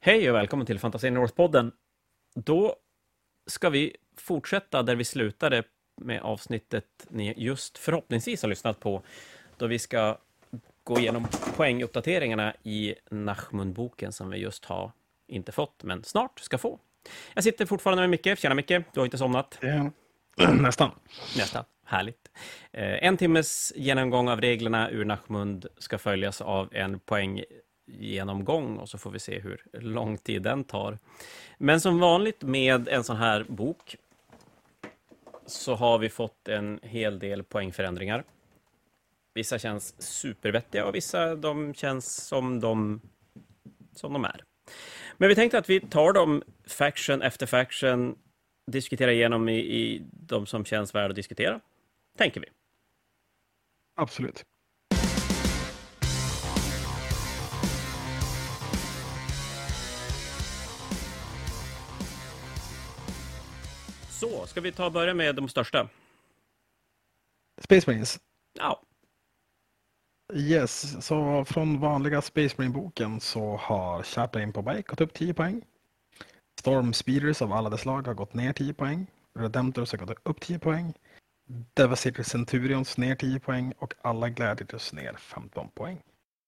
Hej och välkommen till Fantasy North-podden. Då ska vi fortsätta där vi slutade med avsnittet ni just förhoppningsvis har lyssnat på, då vi ska gå igenom poänguppdateringarna i Nachmund-boken som vi just har inte fått, men snart ska få. Jag sitter fortfarande med Micke. Tjena Micke, du har inte somnat? Nästan. Nästan, härligt. En timmes genomgång av reglerna ur Nachmund ska följas av en poänggenomgång och så får vi se hur lång tid den tar. Men som vanligt med en sån här bok så har vi fått en hel del poängförändringar. Vissa känns supervettiga och vissa de känns som de är. Men vi tänkte att vi tar dem faction efter faction, diskuterar igenom i de som känns värda att diskutera, tänker vi. Absolut. Så, ska vi börja med de största? Space Marines. Ja. Yes, så från vanliga Space Marine-boken så har Chaplain på Bike gått upp 10 poäng. Storm Speeders av alla dess slag har gått ner 10 poäng. Redemptors har gått upp 10 poäng. Devastator Centurions ner 10 poäng och alla Gladiators ner 15 poäng.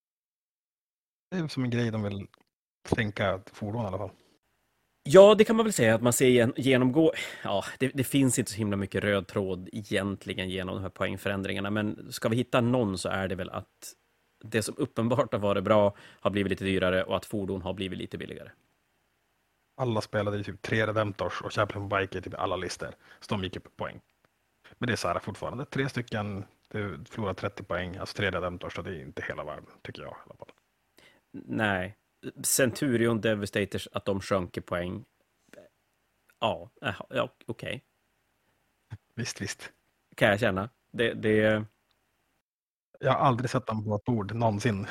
Det är som en grej de vill sänka fordon i alla fall. Ja, det kan man väl säga att man ser genomgå. Ja, det finns inte så himla mycket röd tråd egentligen genom de här poängförändringarna, men ska vi hitta någon så är det väl att det som uppenbart har varit bra har blivit lite dyrare och att fordon har blivit lite billigare. Alla spelade i typ 3 Redemptors och Chaplain på Bike i typ alla listor, så de gick upp poäng. Men det är så här fortfarande, 3 stycken, du förlorar 30 poäng, alltså 3 Redemptors, så det är inte hela världen, tycker jag i alla fall. Nej, Centurion, Devastators, att de sjönk i poäng. Ja, okej. Visst. Kan jag känna. Det... Jag har aldrig sett dem på ett bord någonsin.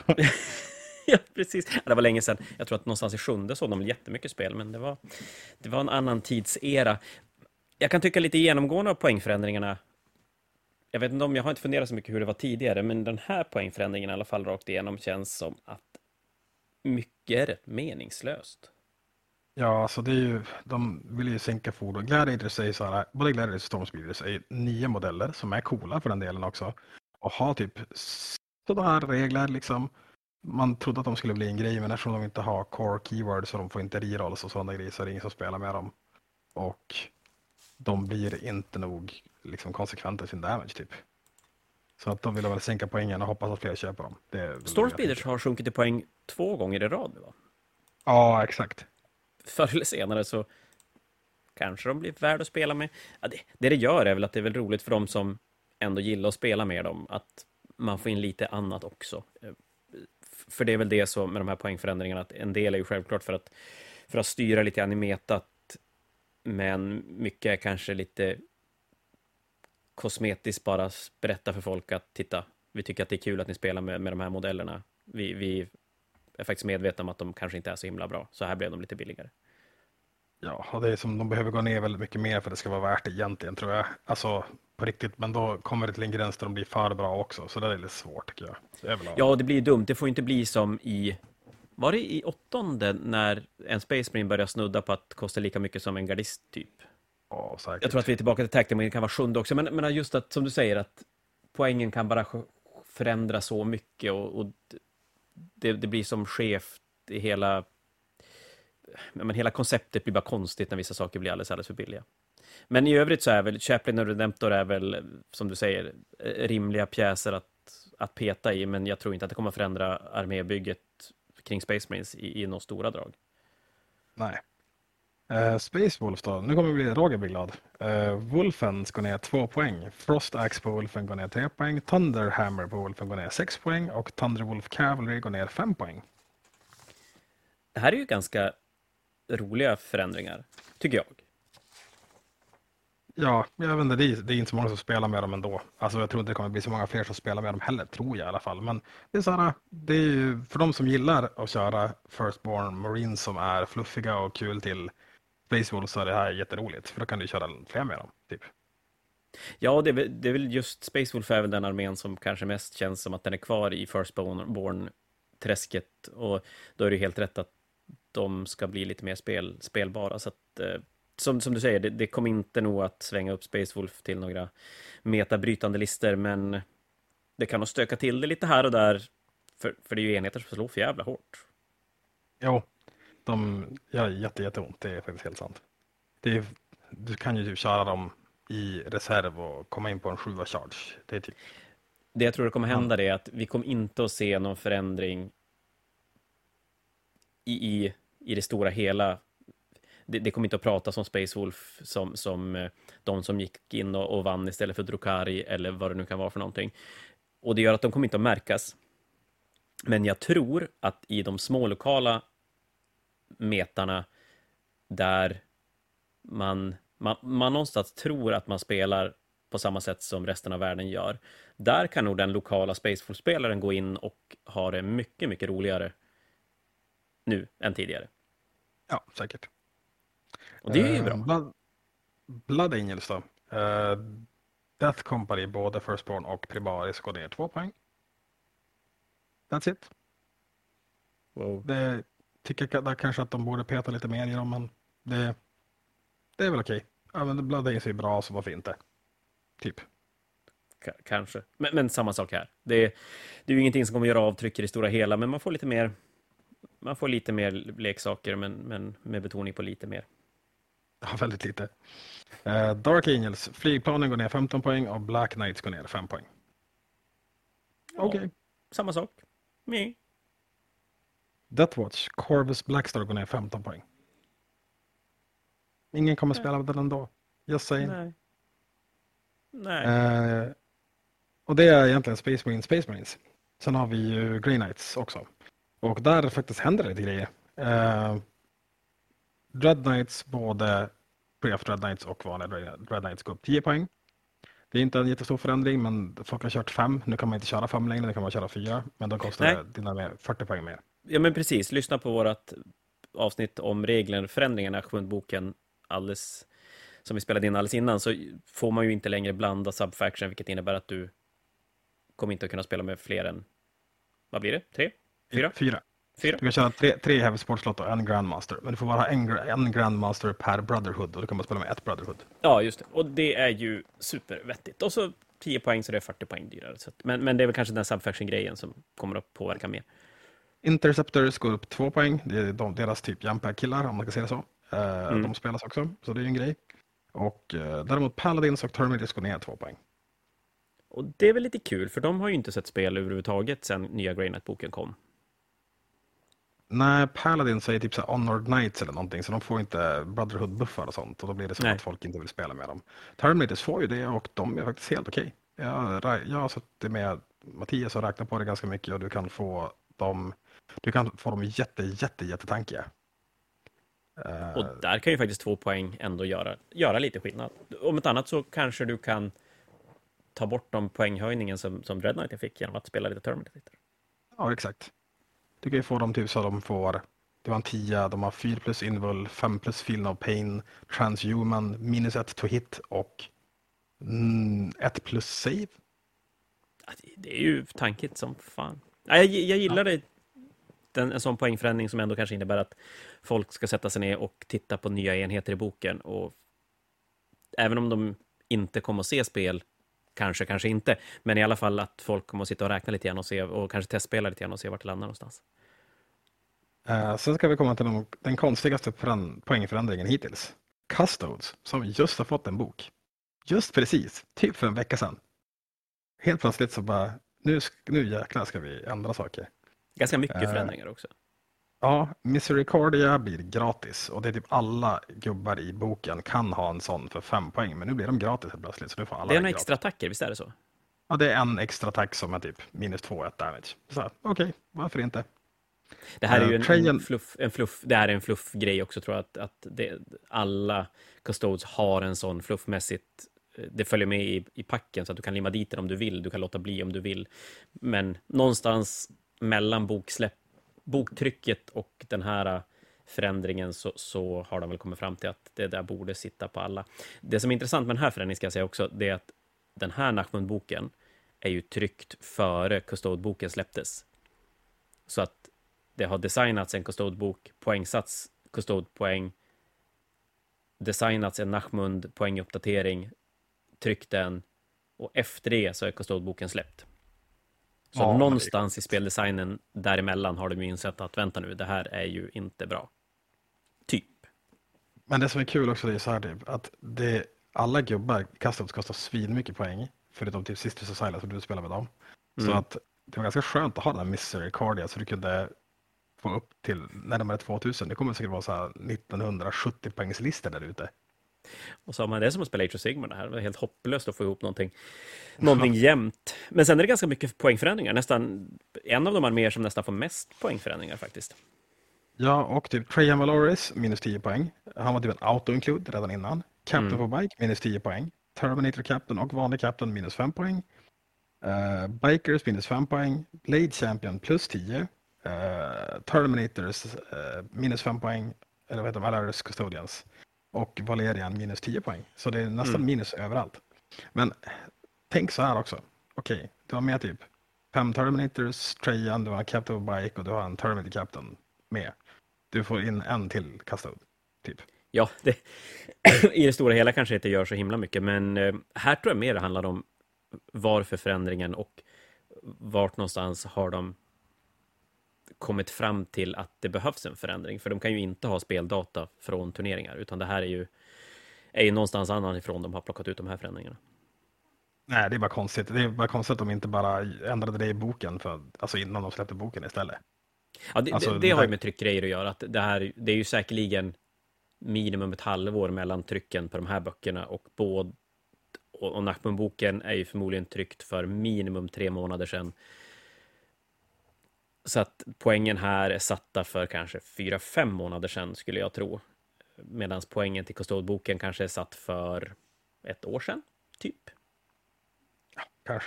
Ja, precis. Det var länge sedan. Jag tror att någonstans i 7:e såg de jättemycket spel, men det var en annan tidsera. Jag kan tycka lite genomgående av poängförändringarna. Jag vet inte om jag har inte funderat så mycket hur det var tidigare, men den här poängförändringen i alla fall rakt igenom känns som att mycket är rätt meningslöst. Ja, alltså det är ju, de vill ju sänka fordon. Gladiators säger så här, både Gladiators och Storm Speeders är 9 modeller som är coola för den delen också. Och har typ sådana här regler liksom. Man trodde att de skulle bli en grej, men eftersom de inte har core keywords så de får inte rerolls och sådana grejer, så är det ingen som spelar med dem. Och de blir inte nog liksom konsekventa i sin damage typ. Så att de vill väl sänka poängen och hoppas att fler köper dem. Storm Speeders har sjunkit i poäng 2 gånger i rad, va? Ja, exakt. Förr eller senare så kanske de blir värda att spela med. Ja, det gör är väl att det är väl roligt för dem som ändå gillar att spela med dem, att man får in lite annat också. För det är väl det så med de här poängförändringarna, att en del är ju självklart för att styra lite animetat, men mycket är kanske lite kosmetiskt, bara berätta för folk att titta, vi tycker att det är kul att ni spelar med de här modellerna. Vi är faktiskt medvetna om att de kanske inte är så himla bra, så här blev de lite billigare. Ja, och det är som de behöver gå ner väldigt mycket mer för att det ska vara värt det egentligen, tror jag. Alltså på riktigt, men då kommer det till en gräns där de blir för bra också, så det är lite svårt tycker jag. Ja, det blir dumt. Det får inte bli som var det i 8:e när en Space Marine börjar snudda på att kosta lika mycket som en gardist typ? Ja, säkert. Jag tror att vi är tillbaka till tactic, men det kan vara 7:e också. Men just att, som du säger, att poängen kan bara förändra så mycket och det blir som skevt i hela konceptet blir bara konstigt när vissa saker blir alldeles för billiga. Men i övrigt så är väl Chaplain och Redemptor är väl, som du säger, rimliga pjäser att peta i, men jag tror inte att det kommer att förändra armébygget kring Space Marines i några stora drag. Nej. Space Wolf då, nu kommer Roger bli glad. Wolfen ska ner 2 poäng. Frost Axe på Wolfen går ner 3 poäng. Thunderhammer på Wolfen går ner 6 poäng. Och Thunderwolf Cavalry går ner 5 poäng. Det här är ju ganska roliga förändringar, tycker jag. Ja, jag vet inte, det är inte så många som spelar med dem ändå. Alltså jag tror inte det kommer bli så många fler som spelar med dem heller, tror jag i alla fall. Men det är så här, det är ju för de som gillar att köra Firstborn Marines som är fluffiga och kul till Space Wolves, så är det här jätteroligt. För då kan du köra fler med dem, typ. Ja, det är väl just Space Wolf är väl den armén som kanske mest känns som att den är kvar i Firstborn-träsket. Och då är det helt rätt att de ska bli lite mer spelbara. Så att, som du säger, det kommer inte nog att svänga upp Space Wolf till några metabrytande listor, men det kan nog stöka till det lite här och där, för det är ju enheter som slår för jävla hårt. Jo, de gör jätteont, det är faktiskt helt sant. Du kan ju typ köra dem i reserv och komma in på en 7 charge. Det är typ... Det jag tror det kommer hända är att vi kommer inte att se någon förändring i det stora hela. Det kommer inte att prata som Space Wolf som de som gick in och vann istället för Drukari eller vad det nu kan vara för någonting. Och det gör att de kommer inte att märkas. Men jag tror att i de små lokala metarna där man någonstans tror att man spelar på samma sätt som resten av världen gör. Där kan nog den lokala Space Wolf-spelaren gå in och ha det mycket, mycket roligare nu än tidigare. Ja, säkert. Och det är ju bra. Blood Angels då. Death Company, både Firstborn och Primaris, går ner 2 poäng. That's it. Wow. Det tycker jag kanske att de borde peta lite mer i dem, men det är väl okej. Ja, men Blood Angels är bra, så varför inte? Typ. Kanske. Men samma sak här. Det är ju ingenting som kommer göra avtryck i det stora hela, men man får lite mer leksaker, men med betoning på lite mer. Ja, väldigt lite. Dark Angels, flygplanen går ner 15 poäng och Black Knights går ner 5 poäng. Okej. Ja, samma sak. Nej. Deathwatch, Corvus Blackstar går ner 15 poäng. Ingen kommer spela med den ändå. Just saying. Nej. Och det är egentligen Space Marines. Sen har vi ju Grey Knights också. Och där faktiskt händer det lite grejer. Dread Knights, både Pre-Off Dread Knights och vanliga Dread Knights går upp 10 poäng. Det är inte en jättestor förändring, men folk har kört 5. Nu kan man inte köra 5 längre, nu kan man köra 4. Men då kostar det 40 poäng mer. Ja, men precis. Lyssna på vårt avsnitt om förändringarna, Sjundboken, alldeles som vi spelade in alldeles innan, så får man ju inte längre blanda subfaction, vilket innebär att du kommer inte att kunna spela med fler än, vad blir det? 3? 4? 4. Du kan köra 3 Heavy Sportslott och en Grandmaster. Men du får bara ha en Grandmaster per Brotherhood, och du kan bara spela med ett Brotherhood. Ja, just det. Och det är ju supervettigt. Och så 10 poäng, så det är 40 poäng dyrare. Så att, men det är väl kanske den subfaction-grejen som kommer att påverka mer. Interceptors går upp 2 poäng. Det är deras typ Jampack-killar, om man kan säga så. De spelas också, så det är ju en grej. Och däremot Paladins och Terminators går ner 2 poäng. Och det är väl lite kul, för de har ju inte sett spel överhuvudtaget sen nya Grey Knight-boken kom. Nej, Paladins är typ så Honored Knights eller någonting, så de får inte Brotherhood-buffar och sånt. Och då blir det så att folk inte vill spela med dem. Terminators får ju det, och de är faktiskt helt okej. Jag har suttit med Mattias och räknat på det ganska mycket, och du kan få dem jättetankiga. Och där kan ju faktiskt 2 poäng ändå göra lite skillnad. Om ett annat så kanske du kan ta bort de poänghöjningen som Dread Knight fick genom att spela lite Terminator. Ja, exakt. Du kan ju få dem typ så de får, det var en 10, de har 4 plus Invul, 5 plus Feeling of Pain, Transhuman, minus 1 to hit och 1 plus save. Det är ju tankigt som fan. Jag gillar det. En sån poängförändring som ändå kanske innebär att folk ska sätta sig ner och titta på nya enheter i boken, och även om de inte kommer att se spel, kanske inte, men i alla fall att folk kommer att sitta och räkna lite grann och se, och kanske testspela lite grann och se vart det landar någonstans. Sen ska vi komma till den konstigaste poängförändringen hittills. Custodes, som just har fått en bok. Just precis, typ för en vecka sedan. Helt plötsligt så bara, nu jäklar ska vi ändra saker. Ganska mycket förändringar också. Ja, Misericordia blir gratis, och det är typ alla gubbar i boken kan ha en sån för 5 poäng, men nu blir de gratis helt plötsligt, så nu får alla. Det är en extra attacker, visst är det så? Ja, det är en extra attack som är typ minus 2 damage. Så okej, varför inte? Det här är ju det här är en fluffgrej också, tror jag, att alla Custodes har en sån fluffmässigt. Det följer med i packen, så att du kan limma dit den om du vill, du kan låta bli om du vill. Men någonstans mellan boktrycket och den här förändringen så har de väl kommit fram till att det där borde sitta på alla. Det som är intressant med den här förändringen, ska jag säga också, det är att den här Nachmund-boken är ju tryckt före Custode-boken släpptes. Så att det har designats en Custode-bok, poängsats Custode-poäng, designats en Nachmund poänguppdatering, tryckt den, och efter det så är Custode-boken släppt. Så Ja, någonstans i speldesignen däremellan har de ju insett att vänta nu, det här är ju inte bra. Typ. Men det som är kul också, det är så här typ, att alla gubbar Custodes kostar svinmycket poäng, förutom typ Sisters och Silas, för du spelar med dem. Så att det var ganska skönt att ha den här Misericordia, så du kunde få upp till närmare 2000. Det kommer säkert vara så här 1970 poängslistor där ute. Och så har man det som att spela Age of Sigmar det här. Det var helt hopplöst att få ihop någonting jämnt. Men sen är det ganska mycket poängförändringar. Nästan en av de arméer som nästan får mest poängförändringar faktiskt. Ja, och typ Trajan Valoris minus 10 poäng. Han var typ en auto-include redan innan. Captain for Bike minus 10 poäng. Terminator Captain och vanlig Captain minus 5 poäng. Bikers minus 5 poäng. Blade Champion plus 10. Terminators minus 5 poäng. Eller vad heter de? Alaris Custodians. Och Valerian minus 10 poäng. Så det är nästan minus överallt. Men tänk så här också. Okej, du har med typ 5 Terminators, Trajan, du har en Captain of Bike och du har en Terminator Captain med. Du får in en till Custode, typ. Ja, i det stora hela kanske inte gör så himla mycket, men här tror jag mer det handlar om varför förändringen och vart någonstans har de kommit fram till att det behövs en förändring. För de kan ju inte ha speldata från turneringar, utan det här är ju någonstans annan ifrån de har plockat ut de här förändringarna. Nej, det är bara konstigt. Det är bara konstigt att de inte bara ändrade det i boken alltså innan de släppte boken istället. Ja, det har ju med tryckgrejer att göra. Att det är ju säkerligen minimum ett halvår mellan trycken på de här böckerna, och Nachmund-boken är ju förmodligen tryckt för minimum 3 månader sedan. Så att poängen här är satta för kanske 4-5 månader sedan, skulle jag tro. Medan poängen till Custode-boken kanske är satt för 1 år sedan, typ. Ja, kanske.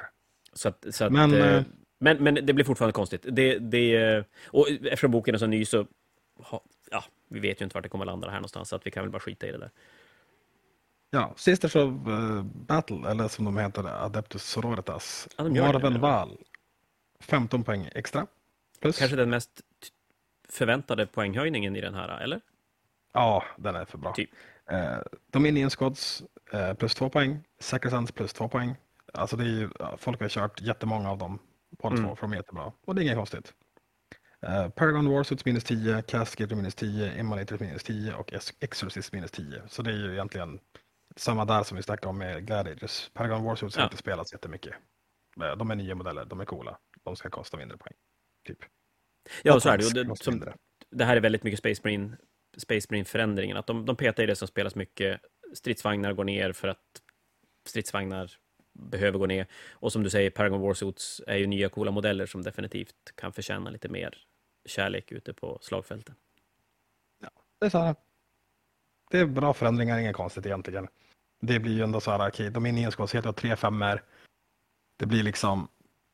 Men det blir fortfarande konstigt. Och eftersom boken är så ny så vi vet ju inte vart det kommer att landa här någonstans, så att vi kan väl bara skita i det där. Ja, Sisters of Battle, eller som de heter, Adeptus Sororitas. Ja, Marvel Val, 15 poäng extra. Plus. Kanske den mest förväntade poänghöjningen i den här, eller? Ja, den är för bra. Typ. Dominion Squads plus 2 poäng. Sacrosands plus 2 poäng. Alltså det är ju, folk har kört jättemånga av dem. Båda två, för de är jättebra. Och det är inget konstigt. Paragon Warsuits minus 10, Cascator minus 10, Immolator minus 10 och Exorcist minus 10. Så det är ju egentligen samma där som vi snackade om med Gladiators. Paragon Warsuits har inte spelats jättemycket. De är nya modeller, de är coola. De ska kosta mindre poäng. Typ. Ja, så är det. Det här är väldigt mycket Space Marine-förändringen. Att de petar i det som spelas mycket. Stridsvagnar går ner för att stridsvagnar behöver gå ner. Och som du säger, Paragon Warsuits är ju nya coola modeller som definitivt kan förtjäna lite mer kärlek ute på slagfälten. Ja, det är så här. Det är bra förändringar, inget konstigt egentligen. Det blir ju ändå så här, okej, Dominion ska ha 3-5. Det blir liksom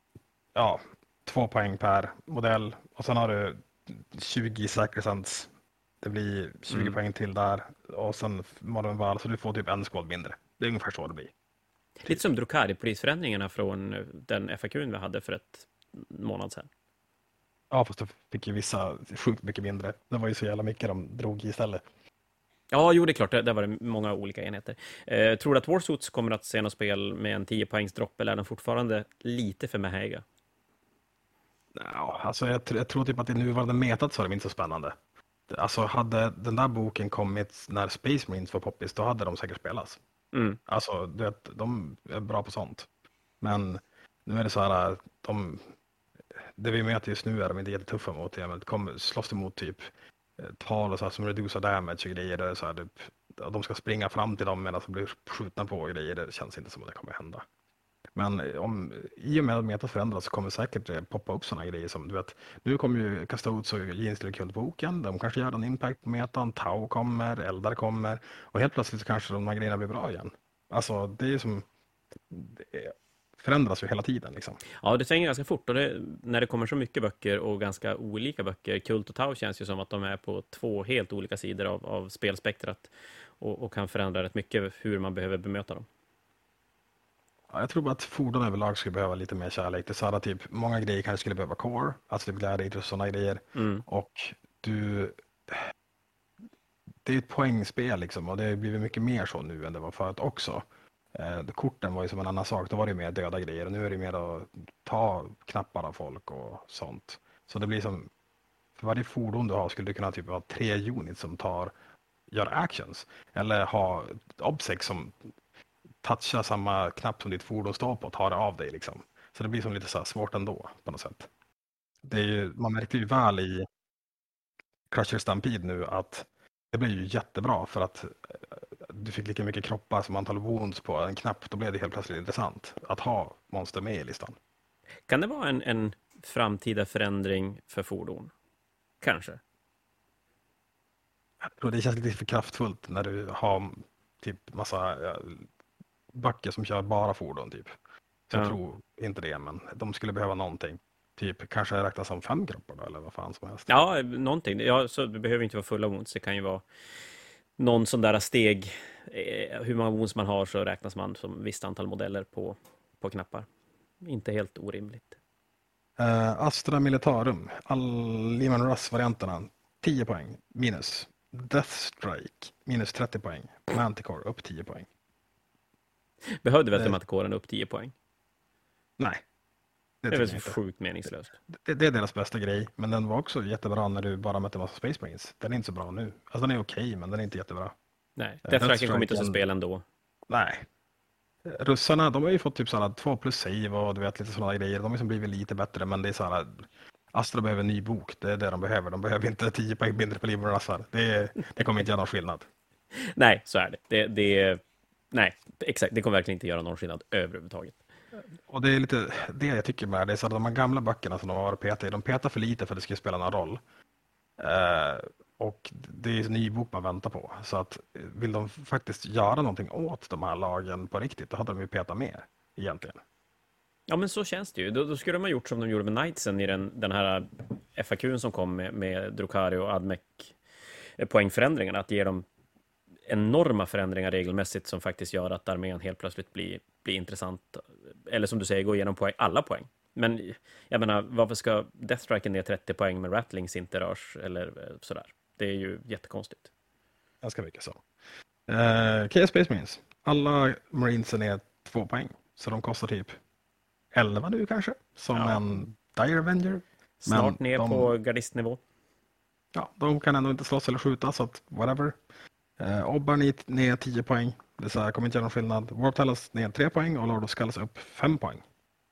2 poäng per modell. Och sen har du 20 Sacrosands. Det blir 20 poäng till där. Och sen Modern Val, så du får typ en squad mindre. Det är ungefär så det blir. Lite som Drukari-prisförändringarna från den FAQn vi hade för ett månad sedan. Ja, fast då fick ju vissa sjukt mycket mindre. Det var ju så jävla mycket de drog istället. Ja, jo, det är klart. Där var det många olika enheter. Tror du att Warsuits kommer att se något spel med en 10-poängsdropp, eller är den fortfarande lite för mähäga? Ja, alltså jag tror typ att i nuvarande metat så är det inte så spännande. Alltså hade den där boken kommit när Space Marines var poppis, då hade de säkert spelats. Alltså de är bra på sånt. Men nu är det så här, det vi möter just nu är de inte jättetuffa mot. Slåss de mot typ tal och så här, som reducerar damage och grejer. Så här, typ, de ska springa fram till dem medan de blir skjutna på och grejer. Det känns inte som att det kommer hända. Men i och med att metat förändras så kommer säkert poppa upp sådana grejer som, du vet, nu kommer ju Custodes och Jeans till Kult-boken. De kanske gör en impact på metan. Tau kommer, Eldar kommer. Och helt plötsligt så kanske de här grejerna blir bra igen. Alltså det är ju som, det förändras ju hela tiden liksom. Ja, det svänger ganska fort, och när det kommer så mycket böcker och ganska olika böcker. Kult och Tau känns ju som att de är på 2 helt olika sidor av spelspektrat och kan förändra rätt mycket hur man behöver bemöta dem. Ja, jag tror bara att fordon överlag skulle behöva lite mer kärlek. Det är så här, typ, många grejer kanske skulle behöva core, alltså typ glädje och sådana grejer. Mm. Och du, det är ett poängspel liksom, och det har blivit mycket mer så nu än det var förut också. Korten var ju som en annan sak, då var det mer döda grejer och nu är det mer att ta knappar av folk och sånt. Så det blir som, för varje fordon du har skulle du kunna typ ha 3 units som gör actions. Eller ha obsec som touchar samma knapp som ditt fordon står på och tar det av dig liksom. Så det blir som lite så här svårt ändå på något sätt. Det är ju, man märker ju väl i Crusher Stampede nu att det blir ju jättebra för att du fick lika mycket kroppar som antal wounds på en knapp. Då blev det helt plötsligt intressant att ha monster med i listan. Kan det vara en framtida förändring för fordon? Kanske. Jag tror det känns lite för kraftfullt när du har typ massa böcker som kör bara fordon typ. Så jag tror inte det, men de skulle behöva någonting. Typ kanske räknas som 5 kroppar då, eller vad fan som helst. Ja, någonting. Ja, så det behöver inte vara fulla wounds. Det kan ju vara någon sån där steg. Hur många wounds man har så räknas man som visst antal modeller på knappar. Inte helt orimligt. Astra Militarum, Lehman Russ-varianterna, 10 poäng, minus. Death Strike, minus 30 poäng. Manticore, upp 10 poäng. Behövde Vetematicoren upp 10 poäng? Nej. Det är väl så sjukt meningslöst. Det är deras bästa grej, men den var också jättebra när du bara mötte en massa Space Marines. Den är inte så bra nu. Alltså den är okej, men den är inte jättebra. Nej, Death Strike kommer inte att spela ändå. Nej. Russarna, de har ju fått typ såhär 2+ save och du vet lite sådana grejer. De har liksom blivit lite bättre, men det är såhär Astra behöver en ny bok, det är det de behöver. De behöver inte 10 poäng mindre på Lehman Russar. Det kommer inte göra någon skillnad. Nej, så är det. Nej, exakt. Det kommer verkligen inte göra någon skillnad överhuvudtaget. Och det är lite det jag tycker med det. Så att de här gamla böckerna som de har petat i, de petar för lite för att det ska spela någon roll. Och det är en ny bok man väntar på. Så att vill de faktiskt göra någonting åt de här lagen på riktigt, då hade de ju petat mer egentligen. Ja, men så känns det ju. Då skulle de ha gjort som de gjorde med Knightsen i den här FAQn som kom med Drukari och Admec poängförändringarna. Att ge dem enorma förändringar regelmässigt som faktiskt gör att armén helt plötsligt blir intressant. Eller som du säger, gå igenom alla poäng. Men jag menar, varför ska Death Strike ner 30 poäng med Rattlings inte rörs eller sådär? Det är ju jättekonstigt. Ganska mycket så. Chaos Space Marines. Alla Marines är ner 2 poäng. Så de kostar typ 11 nu kanske. Som en Dire Avenger. Snart ner på gardistnivå. Ja, de kan ändå inte slåss eller skjuta, så att whatever. Obbar ner 10 poäng. Det är så här, kommer inte göra någon skillnad. Warp Talons ner 3 poäng och Lord of Skulls upp 5 poäng.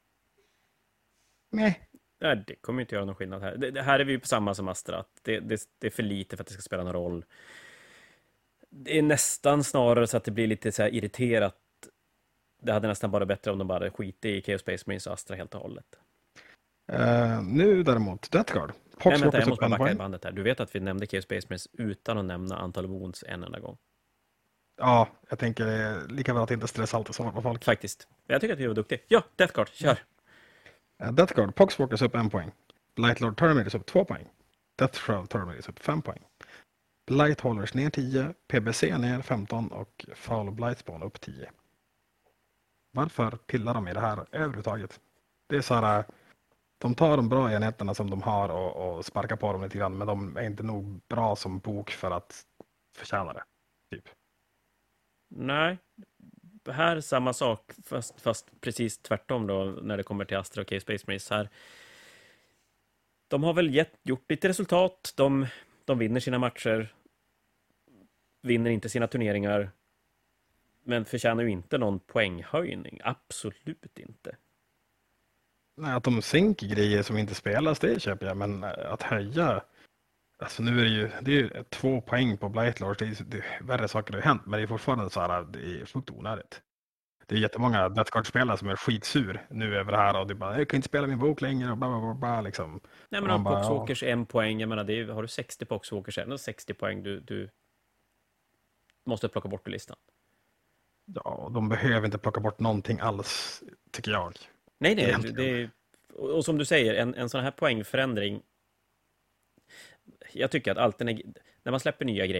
Nej. Nej, det kommer inte göra någon skillnad här. Det här är vi ju på samma som Astra. Det är för lite för att det ska spela någon roll. Det är nästan snarare så att det blir lite så här irriterat. Det hade nästan bara bättre om de bara skiter i Chaos Space Marines och Astra helt och hållet. Nu däremot, Death Guard. Nej, vänta, jag måste bara backa i bandet här. Du vet att vi nämnde Chaos Space Marines utan att nämna antal wounds en enda gång. Ja, jag tänker lika bra att inte stressa allt och svara på folk. Faktiskt. Jag tycker att vi var duktiga. Ja, Death Guard, kör! Death Guard, Poxwalkers upp 1 poäng. Lightlord Terminators upp 2 poäng. Death Shroud Terminators upp 5 poäng. Blighthaulers ner 10, PBC ner 15 och Foul Blightspawn upp 10. Varför pillar de i det här överhuvudtaget? Det är så här, de tar de bra enheterna som de har och sparkar på dem lite grann, men de är inte nog bra som bok för att förtjäna det. Typ. Nej, här samma sak, fast precis tvärtom då när det kommer till Astra och Chaos Space Marines här. De har väl gjort lite resultat, de vinner sina matcher, vinner inte sina turneringar, men förtjänar ju inte någon poänghöjning, absolut inte. Nej, att de sänker grejer som inte spelas, det köper jag, men att höja, alltså nu är det är 2 poäng på Blightlord, det är värre saker har hänt, men det är fortfarande så här, det är sjukt onödigt. Det är jättemånga Death Guard-spelare som är skitsur nu över det här och det bara, jag kan inte spela min bok längre och bla bla bla, bla liksom. Nej, men om Poxwalkers 1 poäng, jag menar, har du 60 Poxwalkers eller 60 poäng du måste plocka bort ur listan. Ja, de behöver inte plocka bort någonting alls, tycker jag. Nej, det och som du säger, en sån här poängförändring, jag tycker att alltid när man släpper nya grejer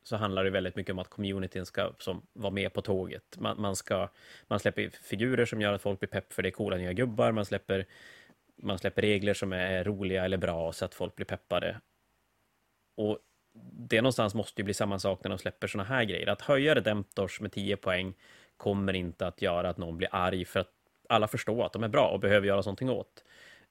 så handlar det väldigt mycket om att communityn ska som vara med på tåget. Man släpper figurer som gör att folk blir pepp för det är coola nya gubbar. Man släpper regler som är roliga eller bra så att folk blir peppade. Och det någonstans måste ju bli samma sak när de släpper såna här grejer. Att höja Redemptors med 10 poäng kommer inte att göra att någon blir arg för att alla förstår att de är bra och behöver göra någonting åt.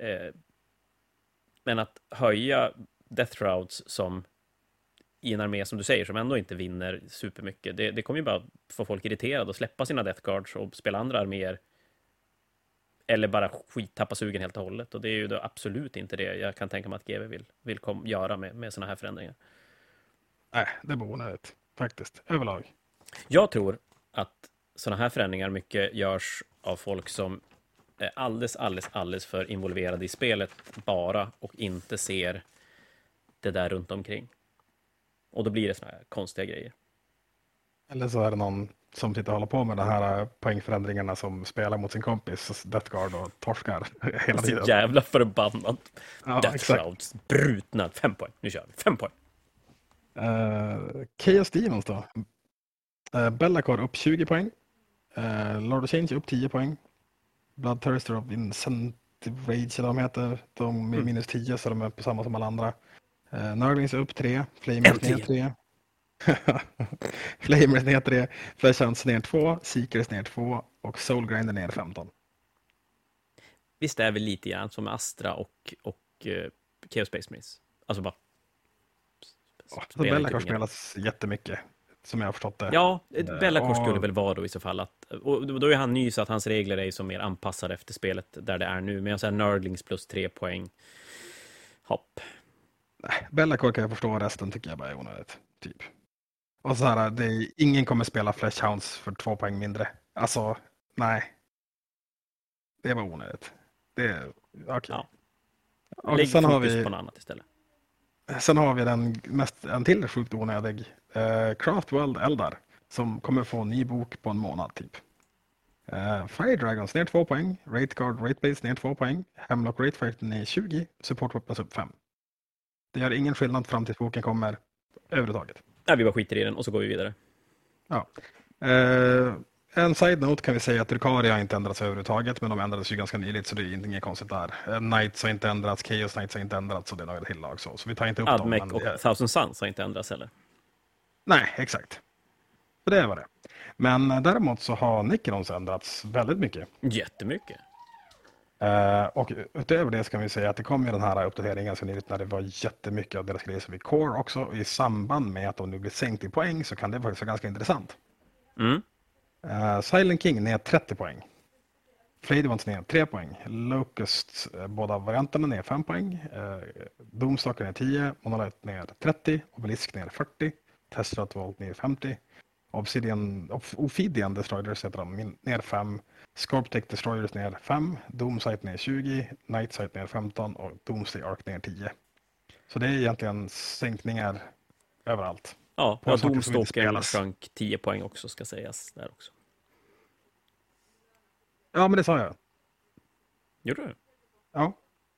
Men att höja Death Shrouds som i en armé som du säger, som ändå inte vinner supermycket, det kommer ju bara få folk irriterade och släppa sina Death Guards och spela andra arméer. Eller bara tappa sugen helt och hållet. Och det är ju då absolut inte det jag kan tänka mig att GW vill göra med såna här förändringar. Nej, det är onödigt faktiskt, överlag. Jag tror att såna här förändringar mycket görs av folk som är alldeles för involverade i spelet bara och inte ser det där runt omkring. Och då blir det såna här konstiga grejer. Eller så är det någon som sitter och håller på med de här poängförändringarna som spelar mot sin kompis Death Guard och torskar hela tiden. Så jävla förbannat. Ja, Death Shrouds, brutna. 5 poäng. Nu kör vi. 5 poäng. Chaos Demons då. Bellacore upp 20 poäng. Lord of Change upp 10 poäng. Bloodthirster of Incentive Rage, eller de heter. De är minus 10, så de är på samma som alla andra. Nurglings upp 3. Flamers ner 3. Flamers ner 3. Fleshhounds ner 2. Seekers ner 2. Och Soulgrinder ner 15. Visst är vi lite grann som Astra och Chaos Space Marines. Alltså bara... Så Bellacore spelas jättemycket, som jag har förstått det. Ja, Bellacore skulle väl vara då i så fall. Och då är han ny så att hans regler är som mer anpassade efter spelet där det är nu. Men jag säger Nerdlings plus 3 poäng. Hopp. Nej, Bellacore kan jag förstå, resten tycker jag bara är onödigt. Typ. Och så här, ingen kommer spela Fleshhounds för 2 poäng mindre. Alltså, nej. Det var onödigt. Det är okej. Okay. Ja. Och lägg sen fokus har vi, på något annat istället. Sen har vi en till sjukt onödig. Craftworld Eldar. Som kommer få en ny bok på en månad typ. Fire Dragons ner 2 poäng. Rate Guard, Rate Base ner 2 poäng. Hemlock Rate Fighter ner 20. Support Weapons upp 5. Det gör ingen skillnad fram tills boken kommer överhuvudtaget. Nej, vi bara skiter i den och så går vi vidare. Ja. En side-note kan vi säga att Drukhari har inte ändrats överhuvudtaget, men de ändrades ju ganska nyligt så det är inget konstigt där. Knights har inte ändrats, Chaos Knights har inte ändrats, så det är några till lag så vi tar inte upp Admec dem. och Thousand Suns har inte ändrats heller. Nej, exakt. Så det var det. Men däremot så har Necrons ändrats väldigt mycket. Jättemycket. Och utöver det ska vi säga att det kom ju den här uppdateringen ganska nyligt när det var jättemycket av deras grejer som i core också. Och i samband med att de nu blir sänkt i poäng så kan det faktiskt vara ganska intressant. Silent King ner 30 poäng. Flayed Ones ner 3 poäng. Locust, båda varianterna ner 5 poäng. Doomstalker ner 10. Monolith ner 30. Obelisk ner 40. Testrat Vault ner 50. Ophidian Destroyers heter de ner 5. Scorptech Destroyers ner 5. Doomsight ner 20. Nightsight ner 15. Och Doomsday Ark ner 10. Så det är egentligen sänkningar överallt. Ja, och Doomstalker sjönk 10 poäng också, ska sägas där också. Ja, men det sa jag. Gjorde du? Ja.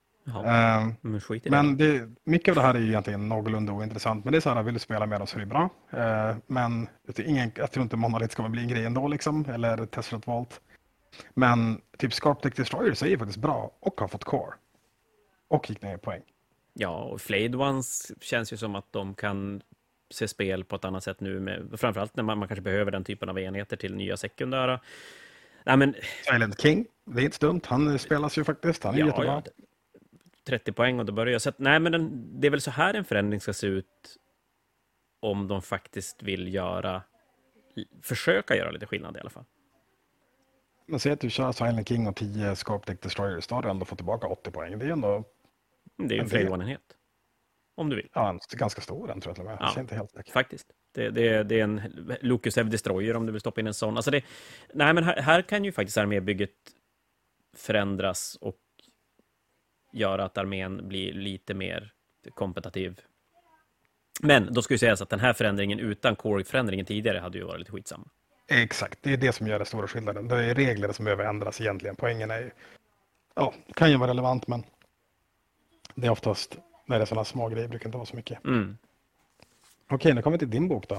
Men mycket av det här är ju egentligen någorlunda ointressant. Men det är så här, vill du spela med dem så är det bra. Men jag tror inte Monolith kommer bli en grej ändå liksom. Eller Tesseract Vault. Men typ Scorptech Destroyers är ju faktiskt bra och har fått core. Och gick ner i poäng. Ja, och Flayed Ones känns ju som att de kan se spel på ett annat sätt nu. Framförallt när man kanske behöver den typen av enheter till nya sekundära. Nej, men... Silent King, det är inte dumt. Han spelas ju faktiskt. Han är jättebra. 30 poäng och då börjar jag. Så att, nej, men det är väl så här en förändring ska se ut om de faktiskt vill försöka göra lite skillnad i alla fall. Men säg att du kör Silent King och 10 Scorptech Destroyers, då har du ändå fått tillbaka 80 poäng. Det är ändå... Det är en Flayed One-enhet. Om du vill. Ja, en ganska stor den tror jag till och med. Ja, jag inte helt säker. Faktiskt. Det är en Lucas Ev Destroyer om du vill stoppa in en sån. Alltså nej, men här kan ju faktiskt armébygget förändras och göra att armén blir lite mer kompetitiv. Men då ska ju sägas att den här förändringen utan core-förändringen tidigare hade ju varit lite skitsamma. Exakt, det är det som gör den stora skillnaden. Det är regler som behöver ändras egentligen. Poängen är ju, kan ju vara relevant, men det är oftast när det är sådana små grejer brukar inte vara så mycket. Okej, nu kommer vi till din bok då.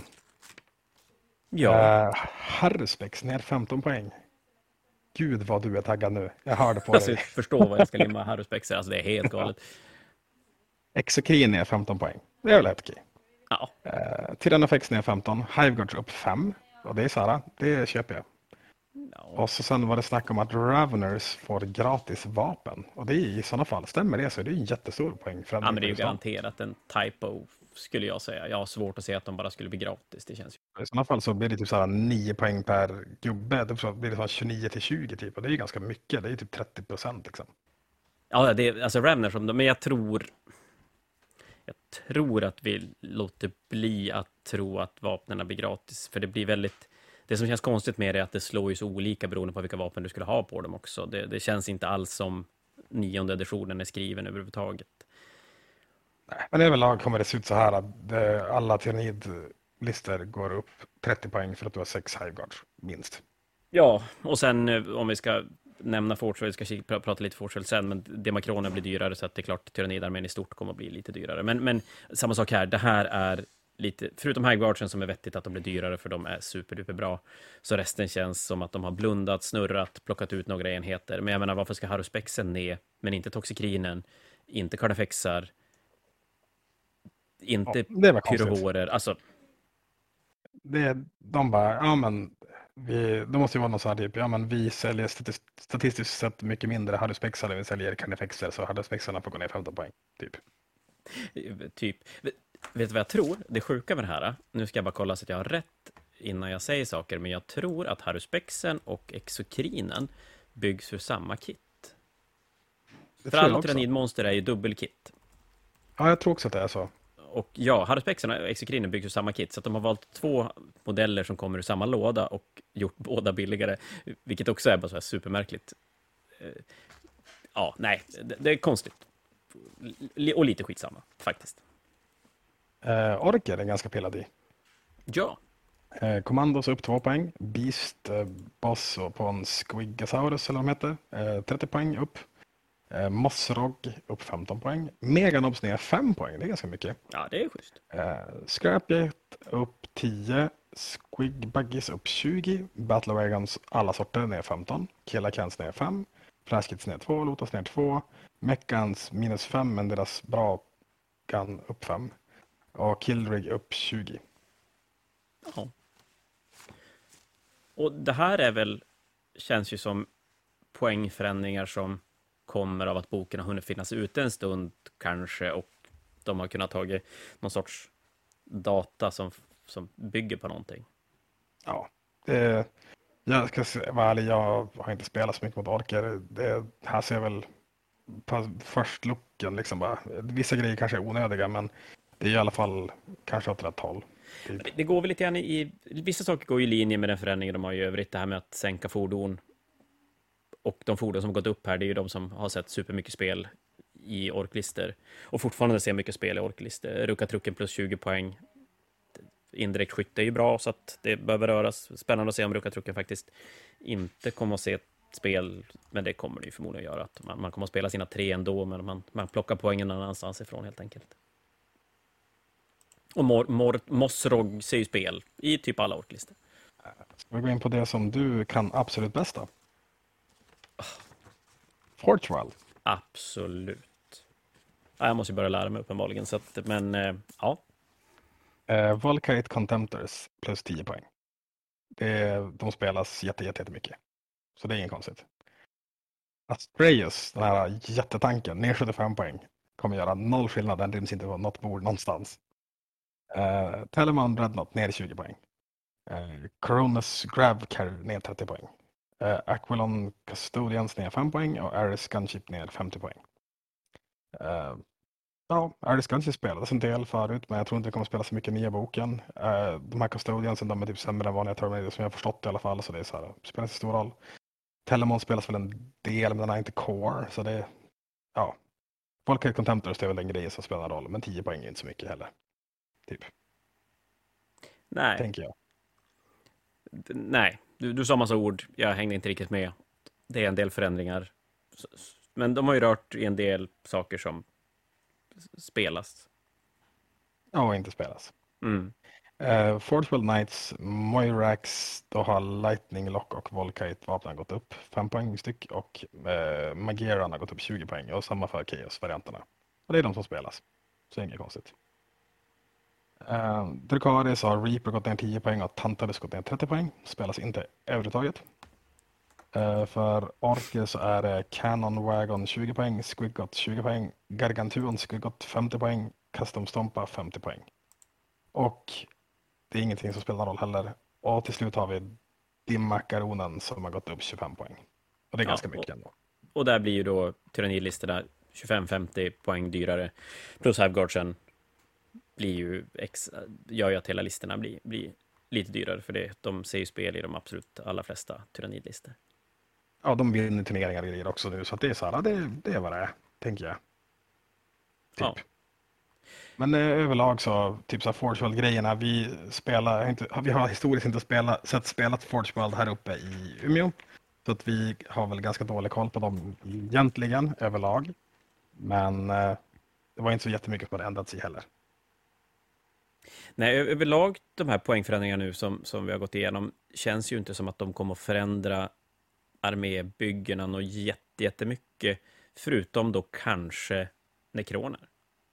Ja, Haruspex ner 15 poäng. Gud vad du är taggad nu. Jag hörde på alltså dig. förstå vad jag ska limma Haruspexer. Alltså det är helt galet. Exokrin ner 15 poäng. Det är väl helt okej. Ja, Tyrannofex ner 15. Hiveguards upp 5. Och det är så här, det köper jag. ja. Och så sen var det snack om att Raveners får gratis vapen. Och det är i sådana fall, stämmer det så är det en jättestor poäng. Ja, men det är ju garanterat en typo, skulle jag säga. Jag har svårt att se att de bara skulle bli gratis. Det känns ju... I sådana fall så blir det typ så här 9 poäng per gubbe. Då blir det så 29 till 20 typ. Och det är ju ganska mycket. Det är ju typ 30% liksom. Ja, det är, alltså Ravners, men jag tror att vi låter bli att tro att vapnen blir gratis. För det blir väldigt... Det som känns konstigt med det är att det slår ju så olika beroende på vilka vapen du skulle ha på dem också. Det känns inte alls som 9:e editionen är skriven överhuvudtaget. Nej, men överlag kommer det se ut så här att alla tyrannidlistor går upp 30 poäng för att du har 6 hiveguards, minst. Ja, och sen om vi ska nämna Forge, vi ska prata lite Forge sen, men Demakronen blir dyrare så att det är klart tyrannidarmén i stort kommer att bli lite dyrare. Men samma sak här, det här är lite, förutom hiveguardsen som är vettigt att de blir dyrare för de är superduper bra, så resten känns som att de har blundat, snurrat, plockat ut några enheter. Men jag menar, varför ska Haruspexen ner, men inte Toxikrinen, inte Carnifexar, inte pyrovorer, alltså... De bara, ja men det måste ju vara något så här typ, ja men vi säljer statistiskt sett mycket mindre Haruspexar än vi säljer Carnifexer, så Haruspexarna får gå ner 15 poäng, typ. Typ. Vet du vad jag tror? Det sjuka med det här, nu ska jag bara kolla så att jag har rätt innan jag säger saker, men jag tror att Haruspexen och Exokrinen byggs ur samma kit. För alla tyrannidmonster är ju dubbelkit. Ja, jag tror också att det är så. Och ja, Haruspexen och Exokrinen byggs ur samma kit, så att de har valt 2 modeller som kommer ur samma låda och gjort båda billigare, vilket också är bara så här supermärkligt. Ja, nej, det är konstigt. Och lite skitsamma, faktiskt. Orker är ganska pillad i. Ja. Kommandos upp 2 poäng. Beast, Boss och på en Squigasaurus eller vad de heter. 30 poäng upp. Mossrog upp 15 poäng. Meganobs ner 5 poäng. Det är ganska mycket. Ja, det är schysst. Scrapjet upp 10. Squigbuggies upp 20. Battle Wagons alla sorter ner 15. Killacans ner 5. Flashkits ner 2. Lotas ner 2. Mechans minus 5 men deras bra gun upp 5. Och Killrig upp 20. Ja. Och det här är väl, känns ju som poängförändringar som kommer av att boken har hunnit finnas ute en stund kanske, och de har kunnat tagit någon sorts data som bygger på någonting. Ja, jag ska vara ärlig, jag har inte spelat så mycket mot orker. Det här ser väl på först looken liksom bara, vissa grejer kanske är onödiga, men det är i alla fall kanske åt rätt håll. Det går väl lite grann vissa saker går i linje med den förändringen de har i övrigt, det här med att sänka fordon. Och de fordon som gått upp här, det är ju de som har sett supermycket spel i orklister. Och fortfarande ser mycket spel i orklister. Ruckatrucken plus 20 poäng. Indirekt skytte är ju bra, så att det behöver röras. Spännande att se om Ruckatrucken faktiskt inte kommer att se ett spel, men det kommer det ju förmodligen göra. Att man kommer att spela sina 3 ändå, men man plockar poängen någon annanstans ifrån helt enkelt. Och Mossrog ser ju spel i typ alla orklister. Ska vi gå in på det som du kan absolut bästa? Forgeworld. Absolut. Ja, jag måste ju börja lära mig uppenbarligen. Så att, men ja. Volkite Contemptors plus 10 poäng. De spelas jättemycket. Så det är inget konstigt. Astraeus, den här jättetanken, ner 75 poäng. Kommer göra 0 skillnad, den ryms inte på något bord någonstans. Telemon Dreadnought ner 20 poäng. Coronas Gravcar ner 30 poäng. Aquilon Custodians ner 5 poäng och Ares Gunship ner 50 poäng. Ja, Ares Gunship spelades en del förut, men jag tror inte det kommer att spela så mycket nya boken. De här Custodiansen, de är typ sämre än vanliga Terminators som jag har förstått i alla fall, så det är så här, spelar inte så stor roll. Telemon spelas väl en del, men den är inte core, så det ja. Volkite Contemptors är väl den grejen som spelar roll, men 10 poäng är inte så mycket heller. Typ. Nej. Tänker jag. Nej, du sa massa ord. Jag hängde inte riktigt med. Det är en del förändringar. Men de har ju rört i en del saker som spelas. Ja, inte spelas. Mm. Forge World Knights, Moirax, då har Lightning Lock och Volkite vapnen gått upp 5 poäng styck och Mageran har gått upp 20 poäng och samma för Chaos-varianterna. Och det är de som spelas, så inget konstigt. Drukaris har Reaper gått ner 10 poäng och Tantalus gått ner 30 poäng, spelas inte överhuvudtaget. För Orker så är det Cannon Wagon 20 poäng, Squiggot 20 poäng, Gargantuan Squiggot 50 poäng, Custom Stompa 50 poäng. Och det är ingenting som spelar roll heller. Och till slut har vi Dimmakaronen som har gått upp 25 poäng. Och det är ganska mycket ändå. Och där blir ju då tyrannilistorna 25-50 poäng dyrare. Plus Hiveguardsen blir ju gör ju att hela listorna blir lite dyrare, för det. De ser ju spel i de absolut allra flesta tyrannidlistor. Ja, de vinner turneringar och grejer också nu, så att det är så här, det är vad det är, tänker jag. Typ. Ja. Men överlag så, typ så här Forge World-grejerna, vi har historiskt inte spelat Forge World här uppe i Umeå. Så att vi har väl ganska dålig koll på dem egentligen överlag. Men det var inte så jättemycket som hade ändrats i heller. Nej, överlag de här poängförändringarna nu som vi har gått igenom känns ju inte som att de kommer att förändra armébyggena och jättemycket, förutom då kanske nekroner.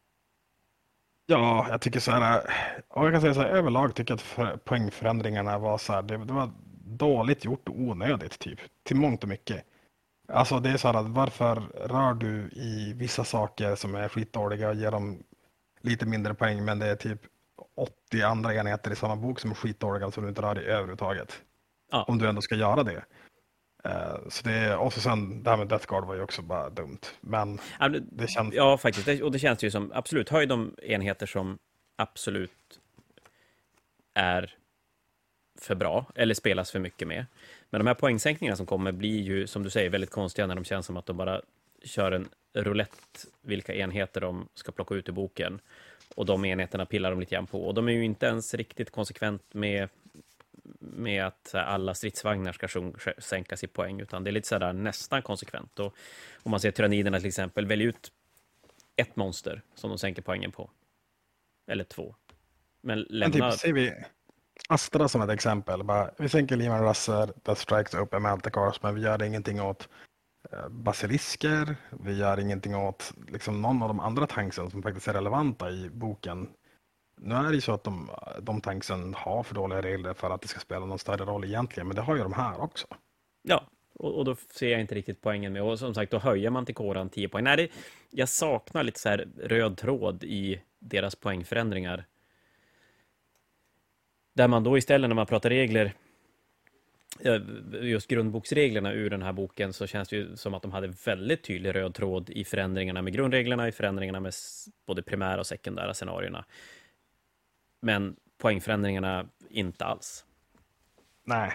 Ja, jag tycker så här, och jag kan säga så här, överlag tycker jag att poängförändringarna var så här, det var dåligt gjort och onödigt typ, till mångt och mycket. Alltså det är så här, att varför rör du i vissa saker som är skitdåliga och ger dem lite mindre poäng, men det är typ 80 andra enheter i samma bok som är skitdåliga som du inte rör i överhuvudtaget. Ja. Om du ändå ska göra det. Så det, och så sen det här med Death Guard var ju också bara dumt. Men det känns... Ja, faktiskt. Och det känns ju som, absolut, höj de enheter som absolut är för bra, eller spelas för mycket med. Men de här poängsänkningarna som kommer blir ju, som du säger, väldigt konstiga när de känns som att de bara kör en roulette vilka enheter de ska plocka ut ur boken. Och de enheterna pillar de lite grann på. Och de är ju inte ens riktigt konsekvent med att alla stridsvagnar ska sänkas i poäng, utan det är lite sådär nästan konsekvent. Och om man ser tyranniderna till exempel, välj ut ett monster som de sänker poängen på. Eller 2. Men lämna... Men typ, ser vi Astra som ett exempel. Bara, vi sänker Lehman Russell, Death Strikes upp Manticores, men vi gör ingenting åt basilisker. Vi gör ingenting åt liksom, någon av de andra tanksen som faktiskt är relevanta i boken. Nu är det ju så att de tanksen har för dåliga regler för att det ska spela någon större roll egentligen, men det har ju de här också. Ja, och då ser jag inte riktigt poängen med. Och som sagt, då höjer man till kåran 10 poäng. Nej, jag saknar lite så här röd tråd i deras poängförändringar. Där man då istället, när man pratar regler, just grundboksreglerna ur den här boken, så känns det ju som att de hade väldigt tydlig röd tråd i förändringarna med grundreglerna, i förändringarna med både primära och sekundära scenarierna. Men poängförändringarna inte alls. Nej.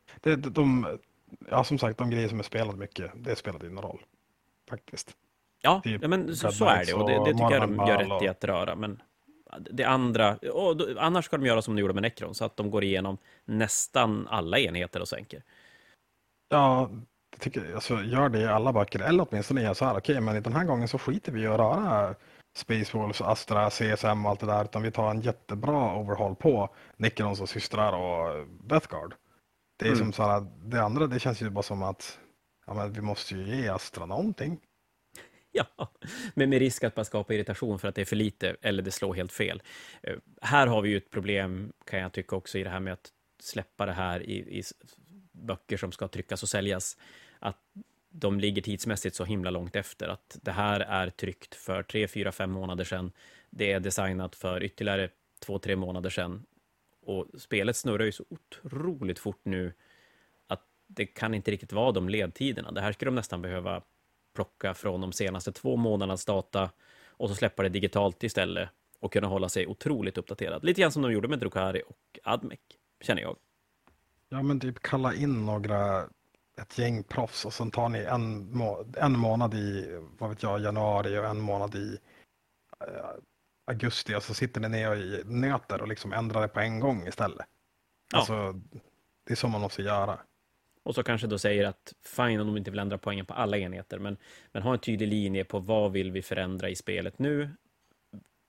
Som sagt, de grejer som är spelade mycket, det spelade ingen roll. Faktiskt. Ja, typ, ja men så är det. Och det tycker jag de gör rätt i att röra. Men det andra, annars ska de göra som de gjorde med Necron, så att de går igenom nästan alla enheter och sänker. Ja, jag tycker, alltså, gör det i alla böcker. Eller åtminstone är så här, okej, men den här gången så skiter vi i att röra Space Wolves, Astra, CSM och allt det där, utan vi tar en jättebra overhaul på Necrons och systrar och Death Guard. Det är som så här, det andra, det känns ju bara som att ja, men vi måste ju ge Astra någonting. Ja, men med risk att man skapar irritation för att det är för lite eller det slår helt fel. Här har vi ju ett problem, kan jag tycka också, i det här med att släppa det här i böcker som ska tryckas och säljas. Att de ligger tidsmässigt så himla långt efter. Att det här är tryckt för 3, 4, 5 månader sedan. Det är designat för ytterligare 2, 3 månader sedan. Och spelet snurrar ju så otroligt fort nu att det kan inte riktigt vara de ledtiderna. Det här skulle de nästan behöva plocka från de senaste 2 månadernas data och så släppa det digitalt istället och kunna hålla sig otroligt uppdaterad. Lite grann som de gjorde med Drukhari och Admec, känner jag. Ja, men typ kalla in ett gäng proffs och sen tar ni en månad i, vad vet jag, januari och en månad i augusti och så sitter ni ner och nöter och liksom ändrar det på en gång istället. Ja. Alltså, det är så man måste göra. Och så kanske då säger att fine om de inte vill ändra poängen på alla enheter, men ha en tydlig linje på vad vill vi förändra i spelet nu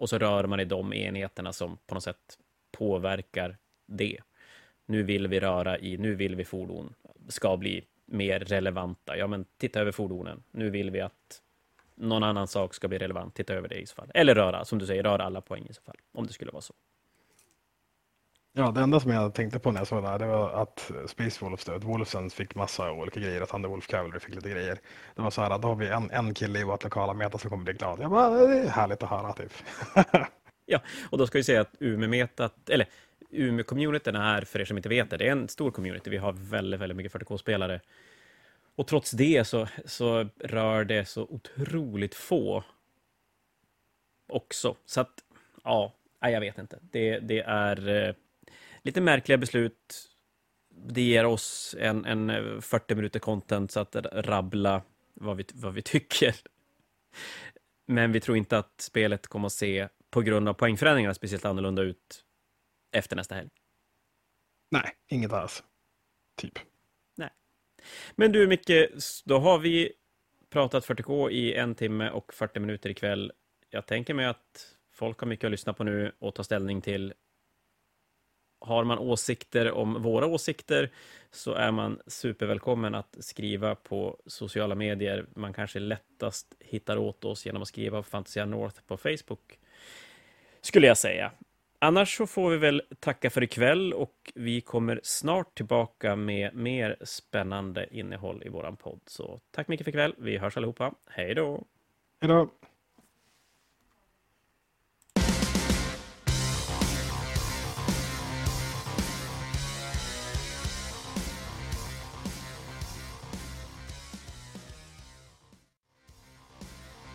och så rör man i de enheterna som på något sätt påverkar det. Nu vill vi fordon ska bli mer relevanta. Ja, men titta över fordonen. Nu vill vi att någon annan sak ska bli relevant. Titta över det i så fall. Eller röra, som du säger, röra alla poäng i så fall. Om det skulle vara så. Ja, det enda som jag tänkte på när jag såg det var att Space Wolves, Wolfsen fick massa olika grejer, att Thunderwolf Cavalry fick lite grejer. Det var så här, då har vi en kille i vårt lokala meta som kommer bli glad. Jag bara, det är härligt att höra typ. Ja, och då ska vi säga att Umeå-metat, eller Umeå-communityn är, för er som inte vet det, är en stor community. Vi har väldigt, väldigt mycket 40K-spelare. Och trots det så rör det så otroligt få också. Så att, ja, jag vet inte. Det är lite märkliga beslut. Det ger oss en 40 minuter content så att rabbla vad vi tycker. Men vi tror inte att spelet kommer att se, på grund av poängförändringarna, speciellt annorlunda ut efter nästa helg. Nej, inget alls. Typ. Nej. Men du Micke, då har vi pratat 40K i 1 timme och 40 minuter ikväll. Jag tänker mig att folk har mycket att lyssna på nu och ta ställning till. Har man åsikter om våra åsikter så är man supervälkommen att skriva på sociala medier. Man kanske lättast hittar åt oss genom att skriva på Fantasia North på Facebook, skulle jag säga. Annars så får vi väl tacka för ikväll och vi kommer snart tillbaka med mer spännande innehåll i våran podd. Så tack mycket för ikväll. Vi hörs allihopa. Hej då! Hej då!